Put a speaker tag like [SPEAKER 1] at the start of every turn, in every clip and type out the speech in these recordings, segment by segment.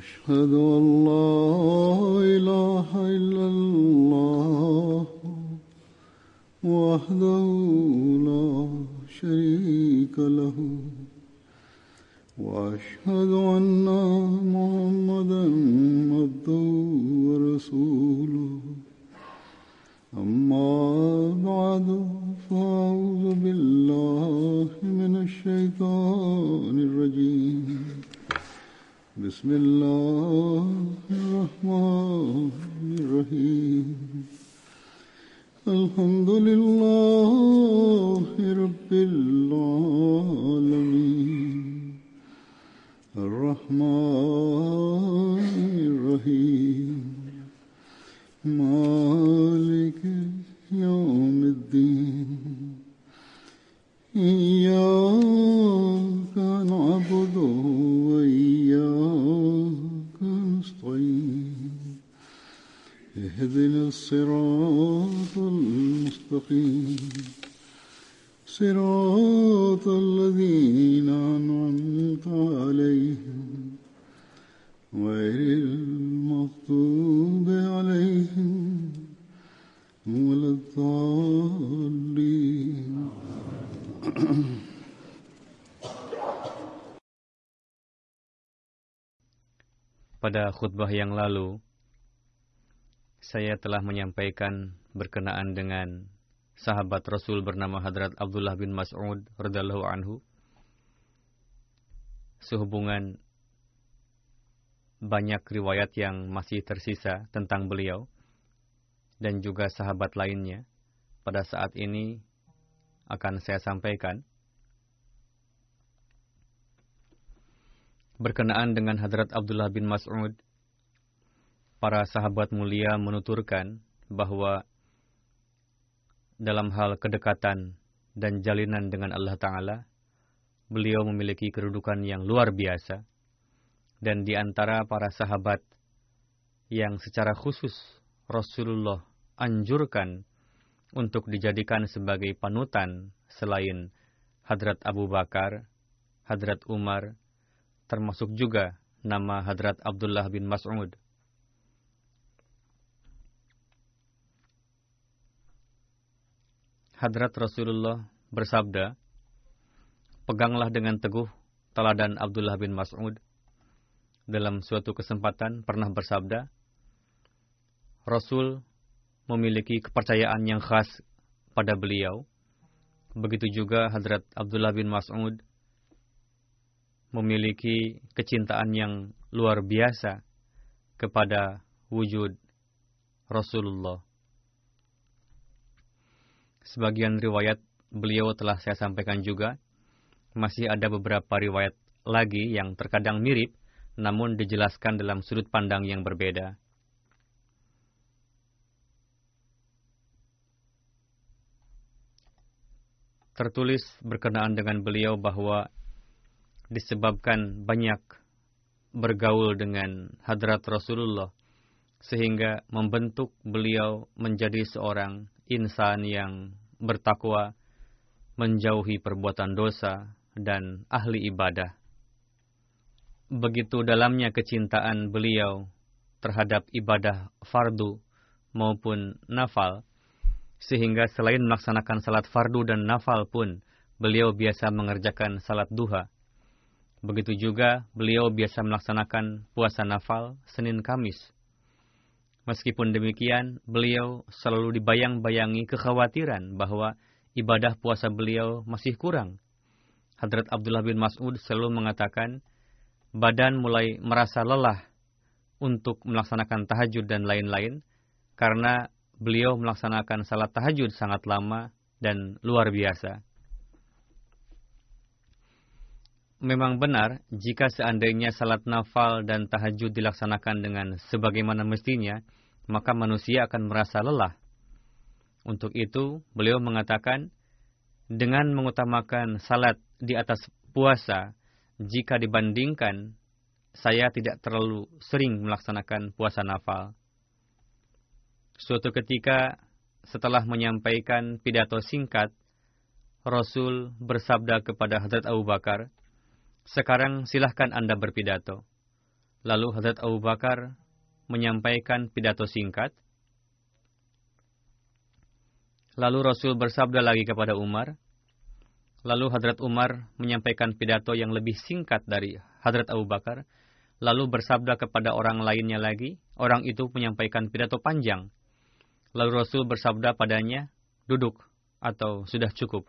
[SPEAKER 1] أشهد أن لا إله إلا الله وحده لا شريك له وأشهد أن محمدا عبده ورسوله أما بعد فأعوذ بالله من الشيطان الرجيم بسم الله الرحمن الرحيم الحمد لله رب العالمين الرحمن الرحيم مالك يوم الدين إياك نعبد وإياك نستعين اهدنا الصراط المستقيم صراط الذين أنعمت عليهم غير المغضوب عليهم ولا الضالين.
[SPEAKER 2] Pada khutbah yang lalu, saya telah menyampaikan berkenaan dengan sahabat Rasul bernama Hadrat Abdullah bin Mas'ud radhiyallahu anhu, sehubungan banyak riwayat yang masih tersisa tentang beliau dan juga sahabat lainnya. Pada saat ini akan saya sampaikan berkenaan dengan Hadrat Abdullah bin Mas'ud. Para sahabat mulia menuturkan bahwa dalam hal kedekatan dan jalinan dengan Allah Ta'ala, beliau memiliki kedudukan yang luar biasa. Dan di antara para sahabat yang secara khusus Rasulullah anjurkan untuk dijadikan sebagai panutan selain Hadrat Abu Bakar, Hadrat Umar, termasuk juga nama Hadrat Abdullah bin Mas'ud. Hadrat Rasulullah bersabda, "Peganglah dengan teguh teladan Abdullah bin Mas'ud." Dalam suatu kesempatan pernah bersabda, Rasul memiliki kepercayaan yang khas pada beliau. Begitu juga Hadrat Abdullah bin Mas'ud memiliki kecintaan yang luar biasa kepada wujud Rasulullah. Sebagian riwayat beliau telah saya sampaikan juga. Masih ada beberapa riwayat lagi yang terkadang mirip, namun dijelaskan dalam sudut pandang yang berbeda. Tertulis berkenaan dengan beliau bahwa disebabkan banyak bergaul dengan Hadrat Rasulullah, sehingga membentuk beliau menjadi seorang insan yang bertakwa, menjauhi perbuatan dosa, dan ahli ibadah. Begitu dalamnya kecintaan beliau terhadap ibadah fardu maupun nafal, sehingga selain melaksanakan salat fardu dan nafal pun, beliau biasa mengerjakan salat duha. Begitu juga beliau biasa melaksanakan puasa nafal Senin Kamis. Meskipun demikian, beliau selalu dibayang-bayangi kekhawatiran bahwa ibadah puasa beliau masih kurang. Hadrat Abdullah bin Mas'ud selalu mengatakan, badan mulai merasa lelah untuk melaksanakan tahajud dan lain-lain, karena beliau melaksanakan salat tahajud sangat lama dan luar biasa. Memang benar, jika seandainya salat nafal dan tahajud dilaksanakan dengan sebagaimana mestinya, maka manusia akan merasa lelah. Untuk itu, beliau mengatakan, dengan mengutamakan salat di atas puasa, jika dibandingkan, saya tidak terlalu sering melaksanakan puasa nafal. Suatu ketika, setelah menyampaikan pidato singkat, Rasul bersabda kepada Hadrat Abu Bakar, "Sekarang silahkan Anda berpidato." Lalu Hadrat Abu Bakar menyampaikan pidato singkat. Lalu Rasul bersabda lagi kepada Umar. Lalu Hadrat Umar menyampaikan pidato yang lebih singkat dari Hadrat Abu Bakar. Lalu bersabda kepada orang lainnya lagi. Orang itu menyampaikan pidato panjang. Lalu Rasul bersabda padanya, duduk atau sudah cukup.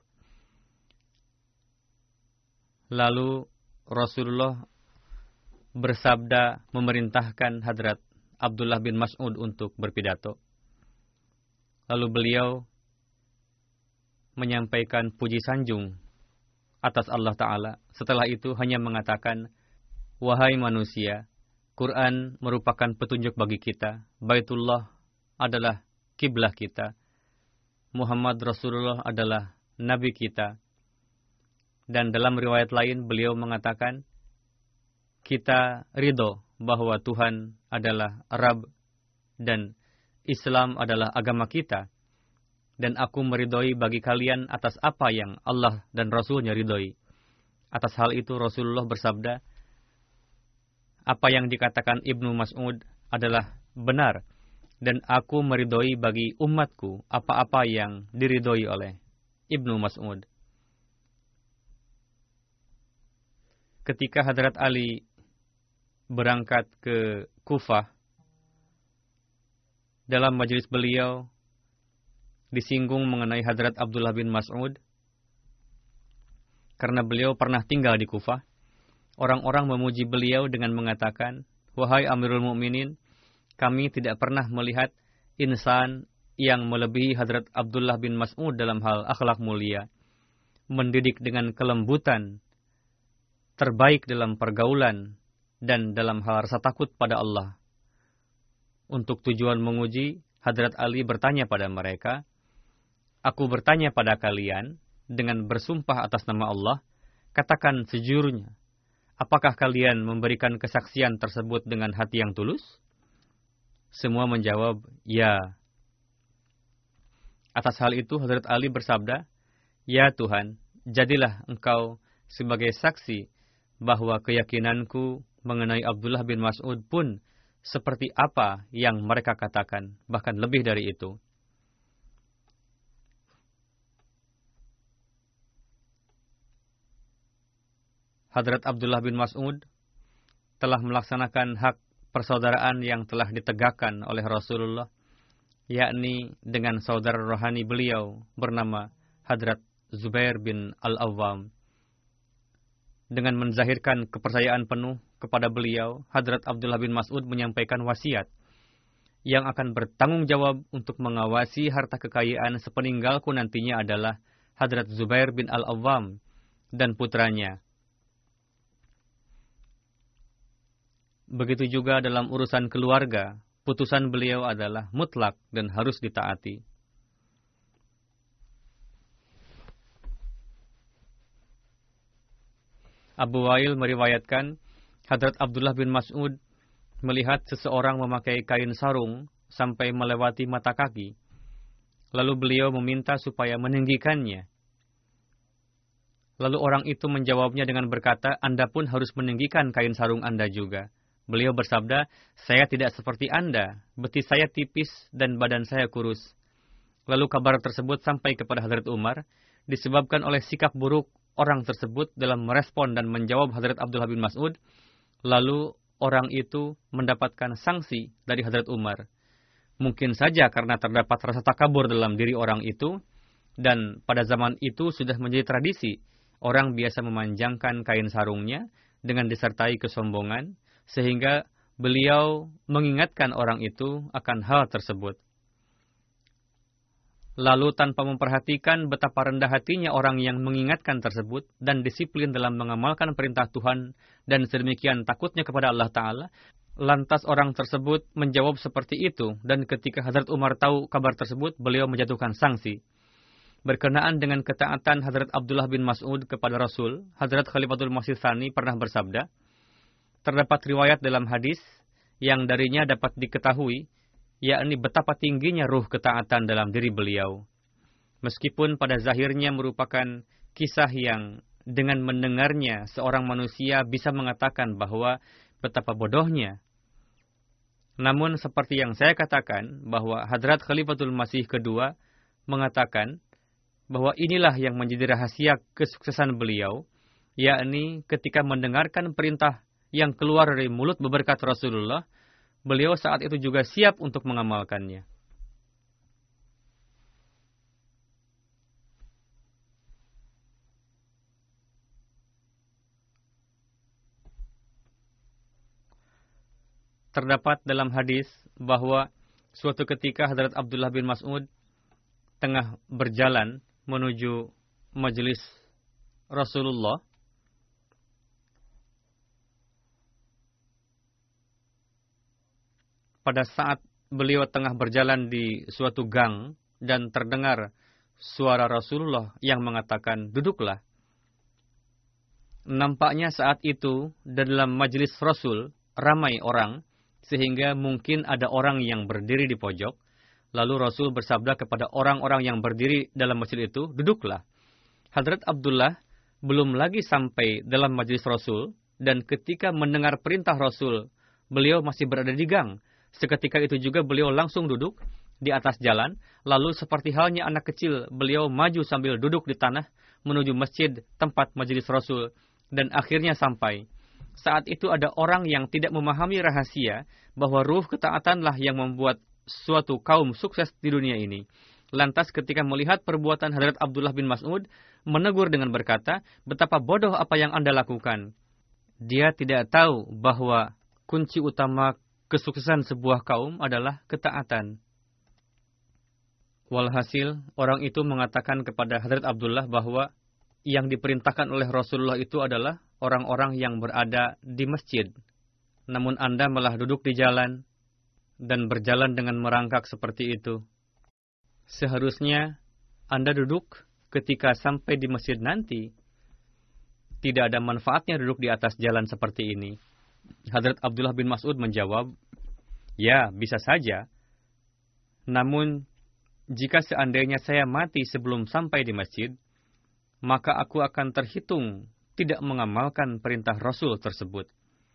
[SPEAKER 2] Lalu Rasulullah bersabda memerintahkan Hadrat Abdullah bin Mas'ud untuk berpidato. Lalu beliau menyampaikan puji sanjung atas Allah Ta'ala. Setelah itu hanya mengatakan, wahai manusia, Quran merupakan petunjuk bagi kita. Baitullah adalah kiblah kita. Muhammad Rasulullah adalah Nabi kita. Dan dalam riwayat lain beliau mengatakan, kita ridho bahwa Tuhan adalah Rabb dan Islam adalah agama kita. Dan aku meridhoi bagi kalian atas apa yang Allah dan Rasul-Nya ridhoi. Atas hal itu Rasulullah bersabda, apa yang dikatakan Ibnu Mas'ud adalah benar. Dan aku meridhoi bagi umatku apa-apa yang diridhoi oleh Ibnu Mas'ud. Ketika Hadrat Ali berangkat ke Kufah, dalam majelis beliau disinggung mengenai Hadrat Abdullah bin Mas'ud. Karena beliau pernah tinggal di Kufah, orang-orang memuji beliau dengan mengatakan, wahai Amirul Mukminin, kami tidak pernah melihat insan yang melebihi Hadrat Abdullah bin Mas'ud dalam hal akhlak mulia, mendidik dengan kelembutan, terbaik dalam pergaulan, dan dalam hal rasa takut pada Allah. Untuk tujuan menguji, Hadrat Ali bertanya pada mereka, aku bertanya pada kalian dengan bersumpah atas nama Allah, katakan sejujurnya, apakah kalian memberikan kesaksian tersebut dengan hati yang tulus? Semua menjawab, ya. Atas hal itu Hadrat Ali bersabda, ya Tuhan, jadilah engkau sebagai saksi bahwa keyakinanku mengenai Abdullah bin Mas'ud pun seperti apa yang mereka katakan, bahkan lebih dari itu. Hadrat Abdullah bin Mas'ud telah melaksanakan hak persaudaraan yang telah ditegakkan oleh Rasulullah, yakni dengan saudara rohani beliau bernama Hadrat Zubair bin Al-Awwam. Dengan menzahirkan kepercayaan penuh kepada beliau, Hadrat Abdullah bin Mas'ud menyampaikan wasiat yang akan bertanggung jawab untuk mengawasi harta kekayaan sepeninggalku nantinya adalah Hadrat Zubair bin Al-Awwam dan putranya. Begitu juga dalam urusan keluarga, putusan beliau adalah mutlak dan harus ditaati. Abu Wail meriwayatkan, Hadrat Abdullah bin Mas'ud melihat seseorang memakai kain sarung sampai melewati mata kaki. Lalu beliau meminta supaya meninggikannya. Lalu orang itu menjawabnya dengan berkata, Anda pun harus meninggikan kain sarung Anda juga. Beliau bersabda, saya tidak seperti Anda, betis saya tipis dan badan saya kurus. Lalu kabar tersebut sampai kepada Hadrat Umar, disebabkan oleh sikap buruk orang tersebut dalam merespon dan menjawab Hadrat Abdullah bin Mas'ud. Lalu orang itu mendapatkan sanksi dari Hadrat Umar. Mungkin saja karena terdapat rasa takabur dalam diri orang itu, dan pada zaman itu sudah menjadi tradisi, orang biasa memanjangkan kain sarungnya dengan disertai kesombongan, sehingga beliau mengingatkan orang itu akan hal tersebut. Lalu tanpa memperhatikan betapa rendah hatinya orang yang mengingatkan tersebut dan disiplin dalam mengamalkan perintah Tuhan dan sedemikian takutnya kepada Allah Ta'ala, lantas orang tersebut menjawab seperti itu, dan ketika Hadrat Umar tahu kabar tersebut, beliau menjatuhkan sanksi. Berkenaan dengan ketaatan Hadrat Abdullah bin Mas'ud kepada Rasul, Hadrat Khalifatul Masih Tsani pernah bersabda, terdapat riwayat dalam hadis yang darinya dapat diketahui, yakni betapa tingginya ruh ketaatan dalam diri beliau. Meskipun pada zahirnya merupakan kisah yang dengan mendengarnya seorang manusia bisa mengatakan bahwa betapa bodohnya. Namun seperti yang saya katakan, bahwa Hadrat Khalifatul Masih kedua mengatakan bahwa inilah yang menjadi rahasia kesuksesan beliau, yakni ketika mendengarkan perintah yang keluar dari mulut beberkat Rasulullah, beliau saat itu juga siap untuk mengamalkannya. Terdapat dalam hadis bahwa suatu ketika Hadrat Abdullah bin Mas'ud tengah berjalan menuju majelis Rasulullah. Pada saat beliau tengah berjalan di suatu gang dan terdengar suara Rasulullah yang mengatakan, "Duduklah." Nampaknya saat itu dalam majelis Rasul ramai orang, sehingga mungkin ada orang yang berdiri di pojok. Lalu Rasul bersabda kepada orang-orang yang berdiri dalam masjid itu, "Duduklah." Hadrat Abdullah belum lagi sampai dalam majelis Rasul, dan ketika mendengar perintah Rasul, beliau masih berada di gang. Seketika itu juga beliau langsung duduk di atas jalan, lalu seperti halnya anak kecil, beliau maju sambil duduk di tanah menuju masjid tempat majelis Rasul, dan akhirnya sampai. Saat itu ada orang yang tidak memahami rahasia bahwa ruh ketaatanlah yang membuat suatu kaum sukses di dunia ini. Lantas ketika melihat perbuatan Hadrat Abdullah bin Mas'ud, menegur dengan berkata, "Betapa bodoh apa yang Anda lakukan." Dia tidak tahu bahwa kunci utama kesuksesan sebuah kaum adalah ketaatan. Walhasil, orang itu mengatakan kepada Hadrat Abdullah bahwa yang diperintahkan oleh Rasulullah itu adalah orang-orang yang berada di masjid. Namun Anda malah duduk di jalan dan berjalan dengan merangkak seperti itu. Seharusnya Anda duduk ketika sampai di masjid nanti. Tidak ada manfaatnya duduk di atas jalan seperti ini. Hadrat Abdullah bin Mas'ud menjawab, "Ya, bisa saja. Namun, jika seandainya saya mati sebelum sampai di masjid, maka aku akan terhitung tidak mengamalkan perintah Rasul tersebut.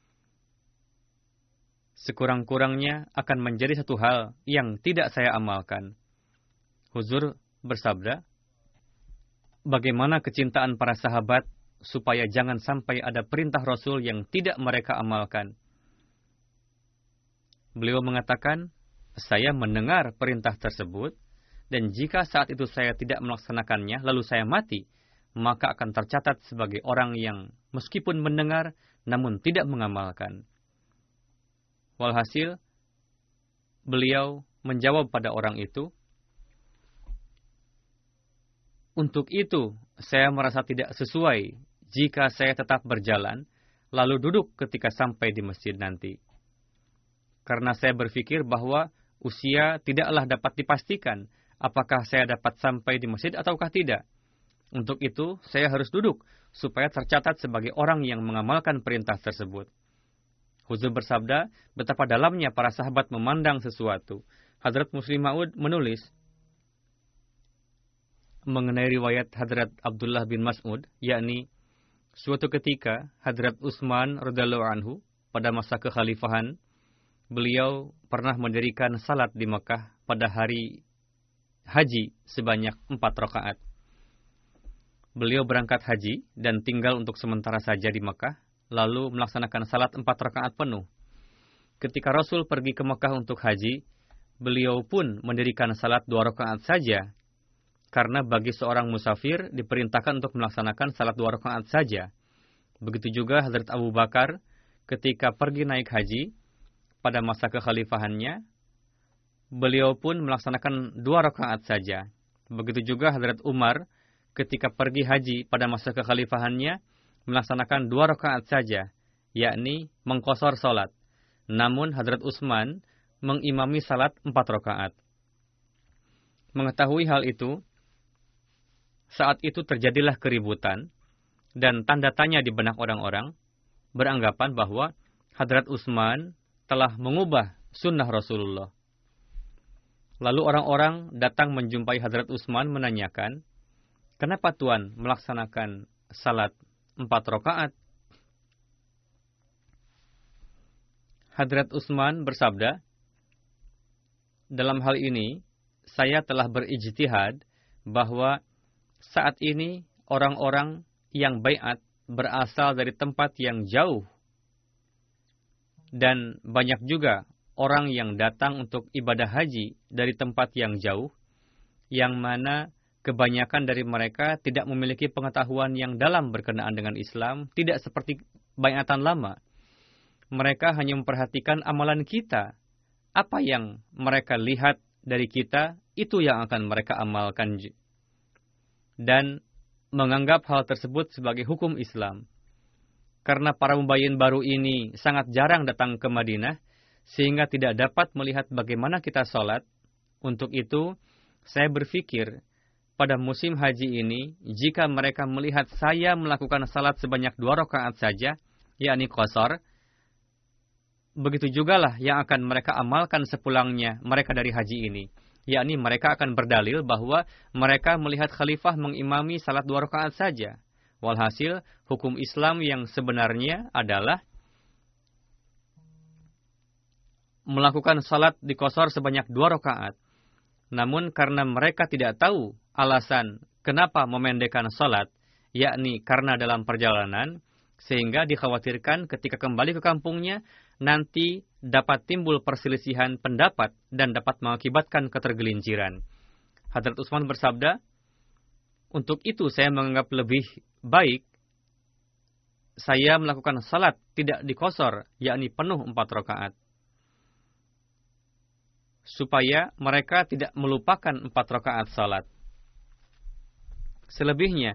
[SPEAKER 2] Sekurang-kurangnya akan menjadi satu hal yang tidak saya amalkan." Huzur bersabda, bagaimana kecintaan para sahabat supaya jangan sampai ada perintah Rasul yang tidak mereka amalkan. Beliau mengatakan, "Saya mendengar perintah tersebut, dan jika saat itu saya tidak melaksanakannya, lalu saya mati, maka akan tercatat sebagai orang yang meskipun mendengar, namun tidak mengamalkan." Walhasil, beliau menjawab pada orang itu, "Untuk itu, saya merasa tidak sesuai jika saya tetap berjalan, lalu duduk ketika sampai di masjid nanti. Karena saya berpikir bahwa usia tidaklah dapat dipastikan apakah saya dapat sampai di masjid ataukah tidak. Untuk itu, saya harus duduk supaya tercatat sebagai orang yang mengamalkan perintah tersebut." Huzur bersabda, betapa dalamnya para sahabat memandang sesuatu. Hadrat Muslim Ma'ud menulis mengenai riwayat Hadrat Abdullah bin Mas'ud, yakni suatu ketika Hadrat Utsman radhiyallahu anhu pada masa kekhalifahan, beliau pernah mendirikan salat di Mekah pada hari haji sebanyak 4 rakaat. Beliau berangkat haji dan tinggal untuk sementara saja di Mekah, lalu melaksanakan salat 4 rakaat penuh. Ketika Rasul pergi ke Mekah untuk haji, beliau pun mendirikan salat 2 rakaat saja, karena bagi seorang musafir diperintahkan untuk melaksanakan salat 2 rakaat saja. Begitu juga Hazrat Abu Bakar ketika pergi naik haji pada masa kekhalifahannya, beliau pun melaksanakan 2 rakaat saja. Begitu juga Hazrat Umar ketika pergi haji pada masa kekhalifahannya, melaksanakan 2 rakaat saja, yakni mengqashar salat. Namun Hazrat Utsman mengimami salat 4 rakaat. Mengetahui hal itu, saat itu terjadilah keributan dan tanda tanya di benak orang-orang, beranggapan bahwa Hadrat Utsman telah mengubah sunnah Rasulullah. Lalu orang-orang datang menjumpai Hadrat Utsman menanyakan, "Kenapa Tuan melaksanakan salat 4 rakaat?" Hadrat Utsman bersabda, dalam hal ini, saya telah berijtihad bahwa saat ini orang-orang yang baiat berasal dari tempat yang jauh. Dan banyak juga orang yang datang untuk ibadah haji dari tempat yang jauh, yang mana kebanyakan dari mereka tidak memiliki pengetahuan yang dalam berkenaan dengan Islam, tidak seperti baiatan lama. Mereka hanya memperhatikan amalan kita. Apa yang mereka lihat dari kita, itu yang akan mereka amalkan. Dan menganggap hal tersebut sebagai hukum Islam. Karena para mubayyin baru ini sangat jarang datang ke Madinah, sehingga tidak dapat melihat bagaimana kita sholat. Untuk itu, saya berpikir, pada musim haji ini, jika mereka melihat saya melakukan salat sebanyak 2 rakaat saja, yakni qasar, begitu jugalah yang akan mereka amalkan sepulangnya mereka dari haji ini. Yakni mereka akan berdalil bahwa mereka melihat khalifah mengimami salat 2 rakaat saja. Walhasil, hukum Islam yang sebenarnya adalah melakukan salat di qasar sebanyak 2 rakaat. Namun karena mereka tidak tahu alasan kenapa memendekkan salat, yakni karena dalam perjalanan, sehingga dikhawatirkan ketika kembali ke kampungnya, nanti dapat timbul perselisihan pendapat dan dapat mengakibatkan ketergelinciran. Hadrat Utsman bersabda, untuk itu saya menganggap lebih baik saya melakukan salat tidak diqasar, yakni penuh 4 rakaat. Supaya mereka tidak melupakan 4 rakaat salat. Selebihnya,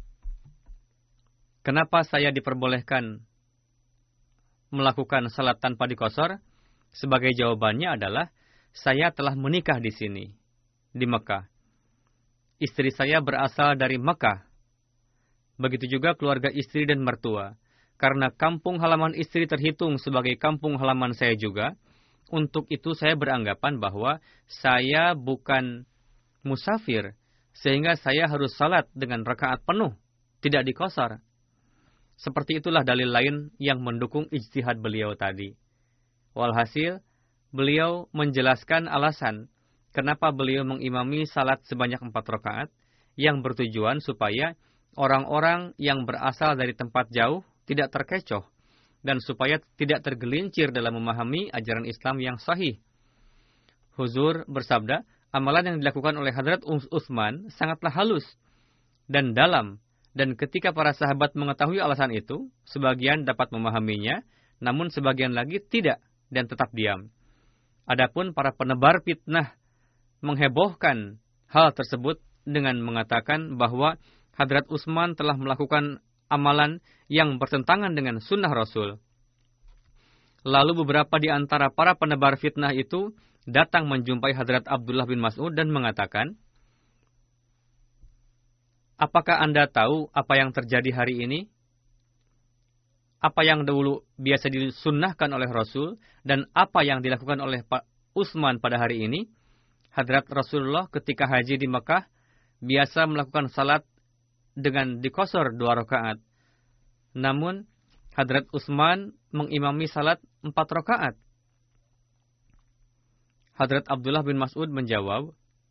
[SPEAKER 2] kenapa saya diperbolehkan melakukan salat tanpa diqasar? Sebagai jawabannya adalah, saya telah menikah di sini, di Mekah. Istri saya berasal dari Mekah. Begitu juga keluarga istri dan mertua. Karena kampung halaman istri terhitung sebagai kampung halaman saya juga, untuk itu saya beranggapan bahwa saya bukan musafir, sehingga saya harus salat dengan rakaat penuh, tidak diqasar. Seperti itulah dalil lain yang mendukung ijtihad beliau tadi. Walhasil, beliau menjelaskan alasan kenapa beliau mengimami salat sebanyak 4 rakaat, yang bertujuan supaya orang-orang yang berasal dari tempat jauh tidak terkecoh, dan supaya tidak tergelincir dalam memahami ajaran Islam yang sahih. Huzur bersabda, amalan yang dilakukan oleh Hadrat Utsman sangatlah halus dan dalam, dan ketika para sahabat mengetahui alasan itu, sebagian dapat memahaminya, namun sebagian lagi tidak dan tetap diam. Adapun para penebar fitnah menghebohkan hal tersebut dengan mengatakan bahwa Hadrat Utsman telah melakukan amalan yang bertentangan dengan sunnah Rasul. Lalu beberapa di antara para penebar fitnah itu datang menjumpai Hadrat Abdullah bin Mas'ud dan mengatakan, apakah Anda tahu apa yang terjadi hari ini? Apa yang dahulu biasa disunnahkan oleh Rasul dan apa yang dilakukan oleh Pak Utsman pada hari ini? Hadrat Rasulullah ketika haji di Mekah biasa melakukan salat dengan diqasar 2 rakaat. Namun, Hadrat Utsman mengimami salat 4 rakaat. Hadrat Abdullah bin Mas'ud menjawab,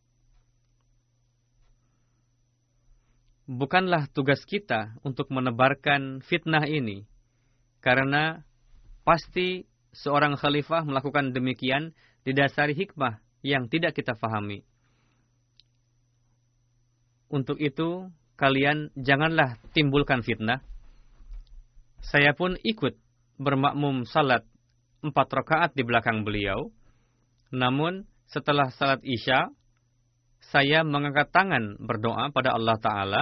[SPEAKER 2] bukanlah tugas kita untuk menebarkan fitnah ini, karena pasti seorang khalifah melakukan demikian didasari hikmah yang tidak kita fahami. Untuk itu, kalian janganlah timbulkan fitnah. Saya pun ikut bermakmum salat 4 rakaat di belakang beliau. Namun, setelah salat Isya, saya mengangkat tangan berdoa pada Allah Ta'ala.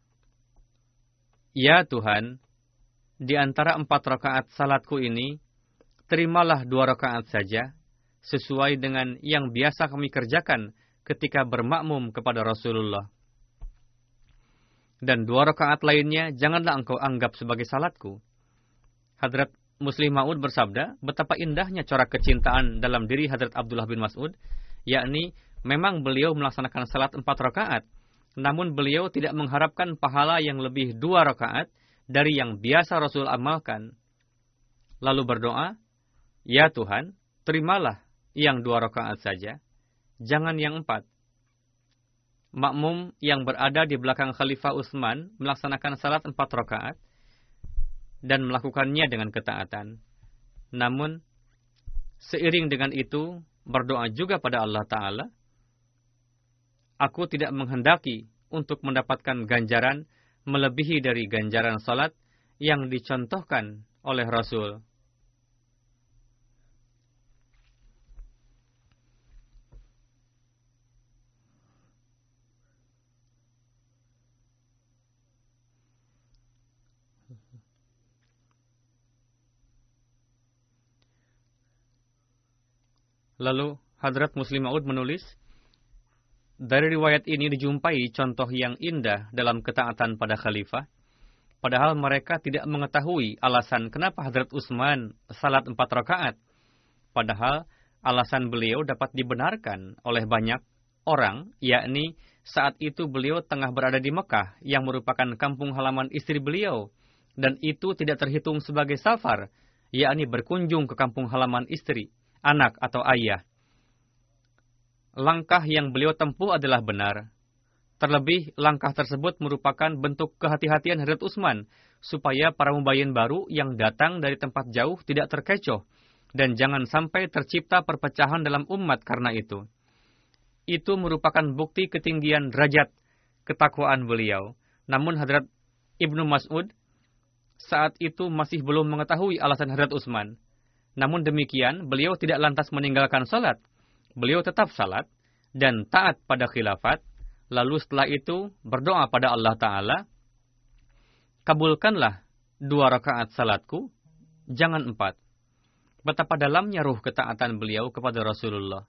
[SPEAKER 2] Ya Tuhan, di antara 4 rakaat salatku ini, terimalah 2 rakaat saja, sesuai dengan yang biasa kami kerjakan ketika bermakmum kepada Rasulullah. Dan 2 rakaat lainnya janganlah engkau anggap sebagai salatku. Hadrat Muslim Ma'ud bersabda, betapa indahnya corak kecintaan dalam diri Hadrat Abdullah bin Mas'ud, yakni memang beliau melaksanakan salat 4 rakaat, namun beliau tidak mengharapkan pahala yang lebih 2 rakaat dari yang biasa Rasul amalkan. Lalu berdoa, Ya Tuhan, terimalah yang 2 rakaat saja, jangan yang 4. Makmum yang berada di belakang Khalifah Utsman melaksanakan salat 4 rakaat dan melakukannya dengan ketaatan. Namun, seiring dengan itu, berdoa juga pada Allah Ta'ala, aku tidak menghendaki untuk mendapatkan ganjaran melebihi dari ganjaran salat yang dicontohkan oleh Rasul. Lalu Hadrat Muslim Maud menulis, dari riwayat ini dijumpai contoh yang indah dalam ketaatan pada khalifah, padahal mereka tidak mengetahui alasan kenapa Hadrat Utsman salat 4 rakaat. Padahal alasan beliau dapat dibenarkan oleh banyak orang, yakni saat itu beliau tengah berada di Mekah yang merupakan kampung halaman istri beliau, dan itu tidak terhitung sebagai safar, yakni berkunjung ke kampung halaman istri, anak atau ayah. Langkah yang beliau tempuh adalah benar. Terlebih, langkah tersebut merupakan bentuk kehati-hatian Hadrat Utsman, supaya para mubayyin baru yang datang dari tempat jauh tidak terkecoh, dan jangan sampai tercipta perpecahan dalam umat karena itu. Itu merupakan bukti ketinggian derajat ketakwaan beliau. Namun Hadrat Ibnu Mas'ud saat itu masih belum mengetahui alasan Hadrat Utsman. Namun demikian, beliau tidak lantas meninggalkan salat. Beliau tetap salat dan taat pada khilafat. Lalu setelah itu berdoa pada Allah Ta'ala, kabulkanlah 2 rakaat salatku, jangan 4. Betapa dalamnya ruh ketaatan beliau kepada Rasulullah.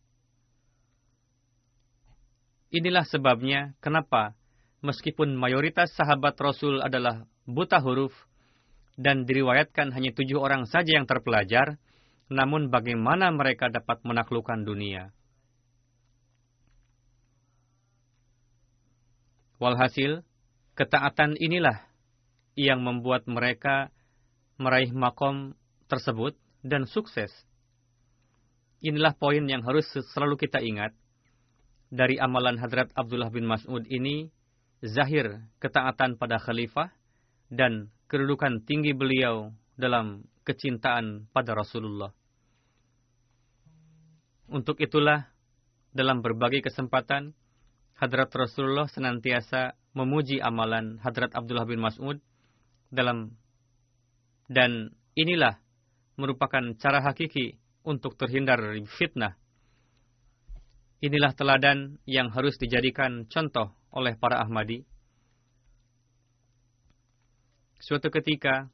[SPEAKER 2] Inilah sebabnya kenapa meskipun mayoritas sahabat Rasul adalah buta huruf dan diriwayatkan hanya 7 orang saja yang terpelajar, namun bagaimana mereka dapat menaklukkan dunia? Walhasil, ketaatan inilah yang membuat mereka meraih makom tersebut dan sukses. Inilah poin yang harus selalu kita ingat. Dari amalan Hadrat Abdullah bin Mas'ud ini, zahir ketaatan pada khalifah dan kedudukan tinggi beliau dalam kecintaan pada Rasulullah. Untuk itulah, dalam berbagai kesempatan, Hadrat Rasulullah senantiasa memuji amalan Hadrat Abdullah bin Mas'ud dan inilah merupakan cara hakiki untuk terhindar dari fitnah. Inilah teladan yang harus dijadikan contoh oleh para Ahmadi. Suatu ketika,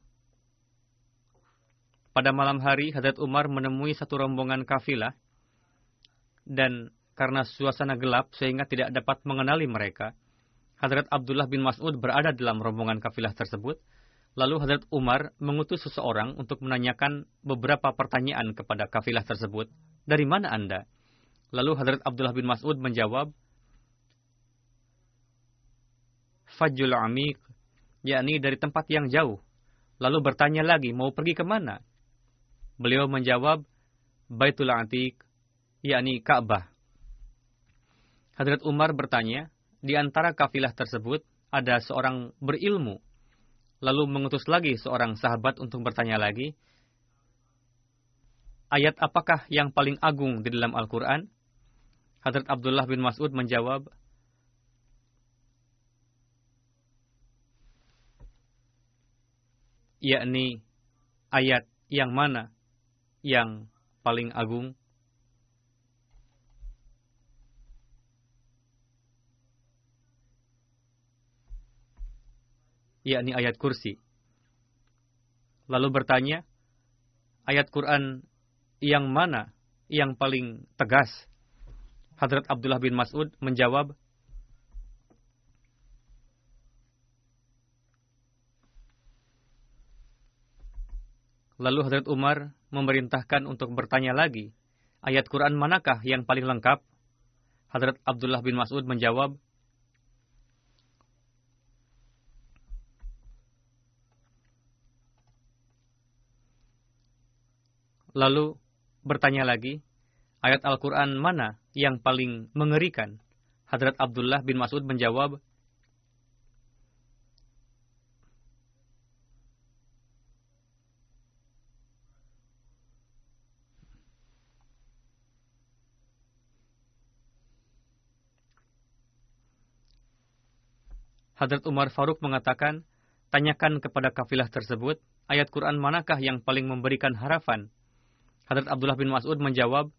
[SPEAKER 2] pada malam hari, Hadrat Umar menemui satu rombongan kafilah, dan karena suasana gelap sehingga tidak dapat mengenali mereka, Hadrat Abdullah bin Mas'ud berada dalam rombongan kafilah tersebut. Lalu Hadrat Umar mengutus seseorang untuk menanyakan beberapa pertanyaan kepada kafilah tersebut. Dari mana Anda? Lalu Hadrat Abdullah bin Mas'ud menjawab, Fajjul Amiq, yakni dari tempat yang jauh. Lalu bertanya lagi, mau pergi kemana? Beliau menjawab, Baitul Atiq, yakni Ka'bah. Hadrat Umar bertanya, di antara kafilah tersebut ada seorang berilmu. Lalu mengutus lagi seorang sahabat untuk bertanya lagi, ayat apakah yang paling agung di dalam Al-Quran? Hadrat Abdullah bin Mas'ud menjawab, yakni ayat yang mana yang paling agung? Yakni ayat kursi. Lalu bertanya, ayat Quran yang mana yang paling tegas? Hadrat Abdullah bin Mas'ud menjawab, lalu Hadrat Umar memerintahkan untuk bertanya lagi, ayat Quran manakah yang paling lengkap? Hadrat Abdullah bin Mas'ud menjawab, lalu bertanya lagi, ayat Al-Quran mana yang paling mengerikan? Hadrat Abdullah bin Mas'ud menjawab, Hadrat Umar Faruk mengatakan, tanyakan kepada kafilah tersebut, ayat Quran manakah yang paling memberikan harapan? Hadrat Abdullah bin Mas'ud menjawab,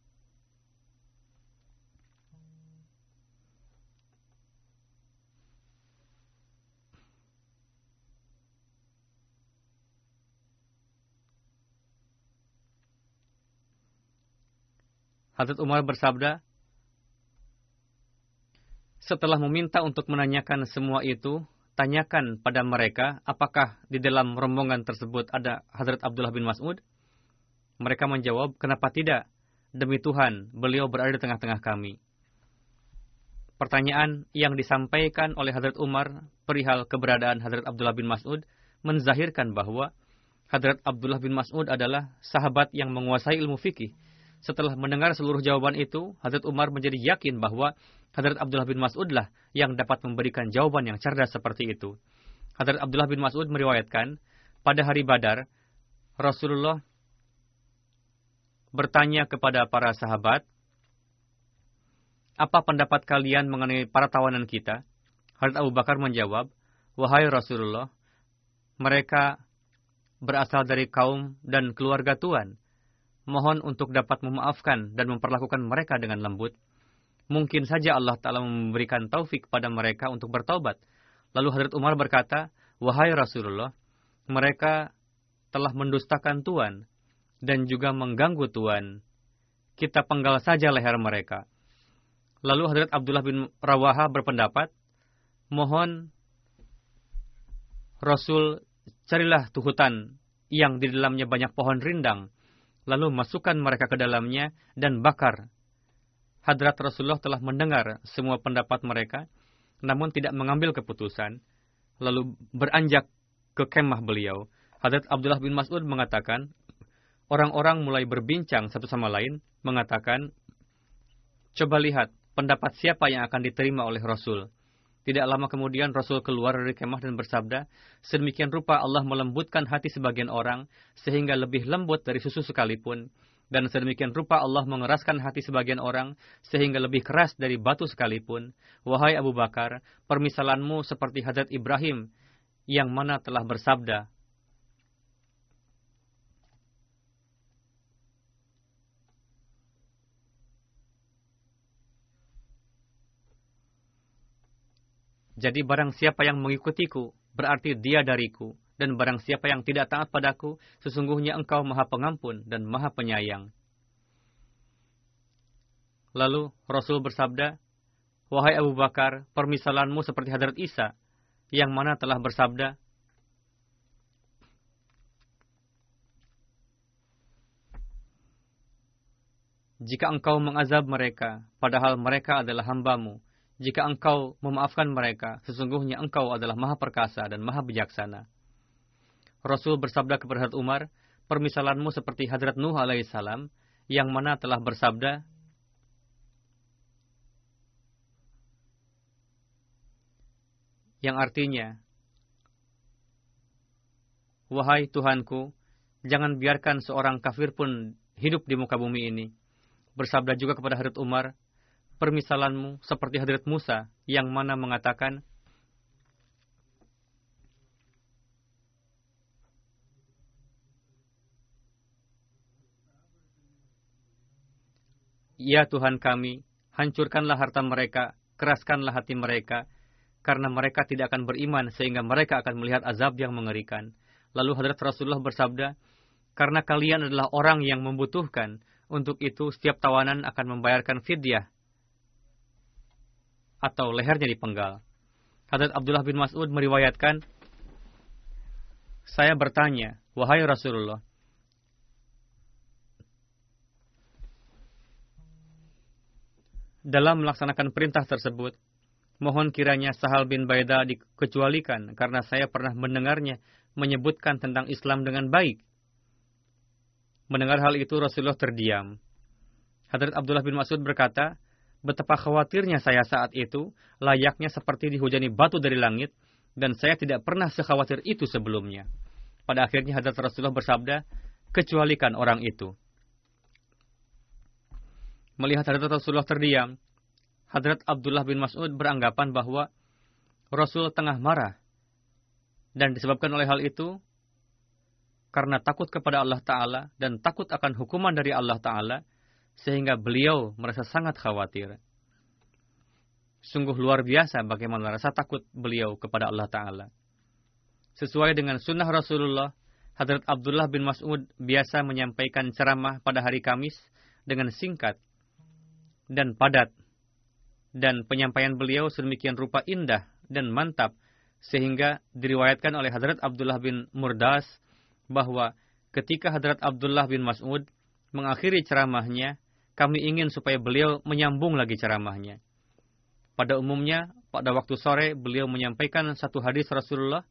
[SPEAKER 2] Hadrat Umar bersabda, setelah meminta untuk menanyakan semua itu, tanyakan pada mereka apakah di dalam rombongan tersebut ada Hadrat Abdullah bin Mas'ud? Mereka menjawab, kenapa tidak? Demi Tuhan, beliau berada di tengah-tengah kami. Pertanyaan yang disampaikan oleh Hadrat Umar perihal keberadaan Hadrat Abdullah bin Mas'ud menzahirkan bahwa Hadrat Abdullah bin Mas'ud adalah sahabat yang menguasai ilmu fikih. Setelah mendengar seluruh jawaban itu, Hadrat Umar menjadi yakin bahwa Hadrat Abdullah bin Mas'ud lah yang dapat memberikan jawaban yang cerdas seperti itu. Hadrat Abdullah bin Mas'ud meriwayatkan, pada hari Badar, Rasulullah bertanya kepada para sahabat, apa pendapat kalian mengenai para tawanan kita? Hadrat Abu Bakar menjawab, wahai Rasulullah, mereka berasal dari kaum dan keluarga Tuan. Mohon untuk dapat memaafkan dan memperlakukan mereka dengan lembut. Mungkin saja Allah Ta'ala memberikan taufik pada mereka untuk bertaubat. Lalu Hadrat Umar berkata, wahai Rasulullah, mereka telah mendustakan Tuan dan juga mengganggu Tuan. Kita penggal saja leher mereka. Lalu Hadrat Abdullah bin Rawaha berpendapat, mohon Rasul carilah hutan yang di dalamnya banyak pohon rindang, lalu masukkan mereka ke dalamnya dan bakar. Hadrat Rasulullah telah mendengar semua pendapat mereka, namun tidak mengambil keputusan, lalu beranjak ke kemah beliau. Hadrat Abdullah bin Mas'ud mengatakan, orang-orang mulai berbincang satu sama lain, mengatakan, coba lihat pendapat siapa yang akan diterima oleh Rasul. Tidak lama kemudian Rasul keluar dari kemah dan bersabda, sedemikian rupa Allah melembutkan hati sebagian orang, sehingga lebih lembut dari susu sekalipun. Dan sedemikian rupa Allah mengeraskan hati sebagian orang, sehingga lebih keras dari batu sekalipun. Wahai Abu Bakar, permisalanmu seperti Hadrat Ibrahim, yang mana telah bersabda, jadi barang siapa yang mengikutiku, berarti dia dariku. Dan barang siapa yang tidak taat padaku, sesungguhnya engkau maha pengampun dan maha penyayang. Lalu Rasul bersabda, wahai Abu Bakar, permisalanmu seperti Hadrat Isa, yang mana telah bersabda, jika engkau mengazab mereka, padahal mereka adalah hambamu, jika engkau memaafkan mereka, sesungguhnya engkau adalah maha perkasa dan maha bijaksana. Rasul bersabda kepada Hadrat Umar, permisalanmu seperti Hadrat Nuh alaihissalam, yang mana telah bersabda, yang artinya, wahai Tuhanku, jangan biarkan seorang kafir pun hidup di muka bumi ini. Bersabda juga kepada Hadrat Umar, permisalanmu seperti Hadrat Musa, yang mana mengatakan, ya Tuhan kami, hancurkanlah harta mereka, keraskanlah hati mereka, karena mereka tidak akan beriman sehingga mereka akan melihat azab yang mengerikan. Lalu Hadrat Rasulullah bersabda, karena kalian adalah orang yang membutuhkan, untuk itu setiap tawanan akan membayarkan fidyah, atau lehernya dipenggal. Hadrat Abdullah bin Mas'ud meriwayatkan, saya bertanya, wahai Rasulullah, dalam melaksanakan perintah tersebut, mohon kiranya Sahal bin Baidah dikecualikan, karena saya pernah mendengarnya menyebutkan tentang Islam dengan baik. Mendengar hal itu Rasulullah terdiam. Hadrat Abdullah bin Mas'ud berkata, betapa khawatirnya saya saat itu, layaknya seperti dihujani batu dari langit, dan saya tidak pernah sekhawatir itu sebelumnya. Pada akhirnya Hadrat Rasulullah bersabda, kecualikan orang itu. Melihat Hadrat Rasulullah terdiam, Hadrat Abdullah bin Mas'ud beranggapan bahwa Rasul tengah marah. Dan disebabkan oleh hal itu, karena takut kepada Allah Ta'ala dan takut akan hukuman dari Allah Ta'ala, sehingga beliau merasa sangat khawatir. Sungguh luar biasa bagaimana rasa takut beliau kepada Allah Ta'ala. Sesuai dengan sunnah Rasulullah, Hadrat Abdullah bin Mas'ud biasa menyampaikan ceramah pada hari Kamis dengan singkat dan padat. Dan penyampaian beliau sedemikian rupa indah dan mantap, sehingga diriwayatkan oleh Hadrat Abdullah bin Murdas bahwa ketika Hadrat Abdullah bin Mas'ud mengakhiri ceramahnya, kami ingin supaya beliau menyambung lagi ceramahnya. Pada umumnya, pada waktu sore, beliau menyampaikan satu hadis Rasulullah.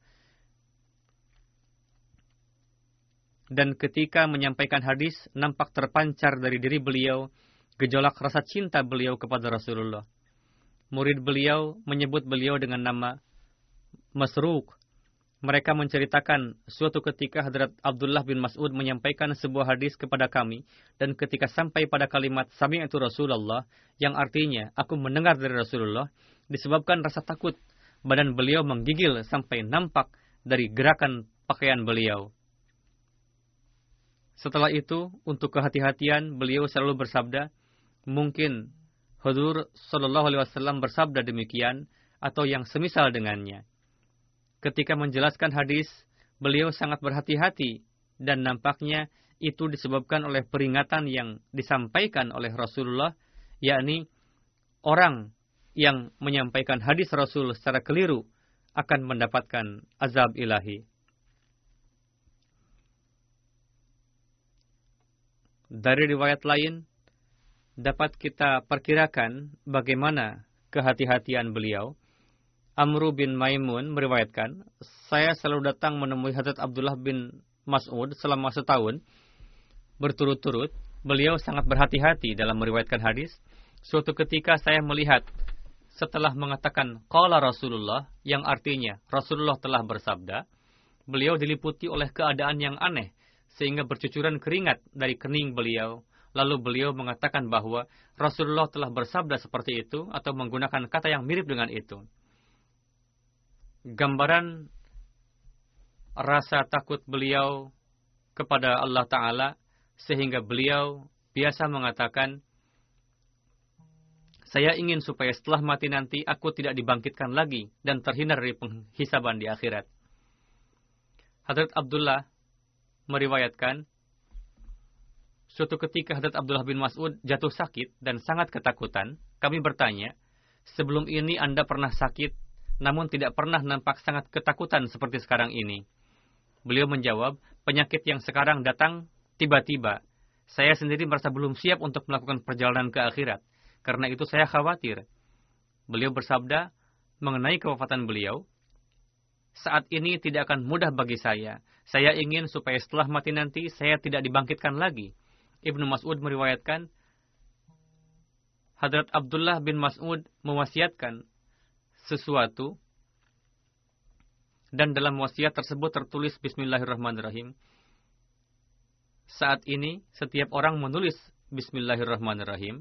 [SPEAKER 2] Dan ketika menyampaikan hadis, nampak terpancar dari diri beliau gejolak rasa cinta beliau kepada Rasulullah. Murid beliau menyebut beliau dengan nama Masruq. Mereka menceritakan suatu ketika Hadrat Abdullah bin Mas'ud menyampaikan sebuah hadis kepada kami, dan ketika sampai pada kalimat Sami'tu Rasulullah, yang artinya aku mendengar dari Rasulullah, disebabkan rasa takut, badan beliau menggigil sampai nampak dari gerakan pakaian beliau. Setelah itu, untuk kehati-hatian, beliau selalu bersabda, mungkin Hudur Sallallahu Alaihi Wasallam bersabda demikian, atau yang semisal dengannya. Ketika menjelaskan hadis, beliau sangat berhati-hati, dan nampaknya itu disebabkan oleh peringatan yang disampaikan oleh Rasulullah, yakni orang yang menyampaikan hadis Rasul secara keliru akan mendapatkan azab ilahi. Dari riwayat lain, dapat kita perkirakan bagaimana kehati-hatian beliau. Amru bin Maimun meriwayatkan, saya selalu datang menemui Hadrat Abdullah bin Mas'ud selama setahun berturut-turut. Beliau sangat berhati-hati dalam meriwayatkan hadis. Suatu ketika saya melihat setelah mengatakan qala Rasulullah, yang artinya Rasulullah telah bersabda, beliau diliputi oleh keadaan yang aneh sehingga bercucuran keringat dari kening beliau. Lalu beliau mengatakan bahwa Rasulullah telah bersabda seperti itu atau menggunakan kata yang mirip dengan itu. Gambaran rasa takut beliau kepada Allah Ta'ala, sehingga beliau biasa mengatakan, saya ingin supaya setelah mati nanti aku tidak dibangkitkan lagi dan terhindar dari penghisaban di akhirat. Hadrat Abdullah meriwayatkan, suatu ketika Hadrat Abdullah bin Mas'ud jatuh sakit dan sangat ketakutan. Kami bertanya, sebelum ini Anda pernah sakit, namun tidak pernah nampak sangat ketakutan seperti sekarang ini. Beliau menjawab, penyakit yang sekarang datang tiba-tiba. Saya sendiri merasa belum siap untuk melakukan perjalanan ke akhirat. Karena itu saya khawatir. Beliau bersabda mengenai kewafatan beliau, saat ini tidak akan mudah bagi saya. Saya ingin supaya setelah mati nanti saya tidak dibangkitkan lagi. Ibnu Mas'ud meriwayatkan, Hadrat Abdullah bin Mas'ud mewasiatkan sesuatu, dan dalam wasiat tersebut tertulis Bismillahirrahmanirrahim. Saat ini setiap orang menulis Bismillahirrahmanirrahim.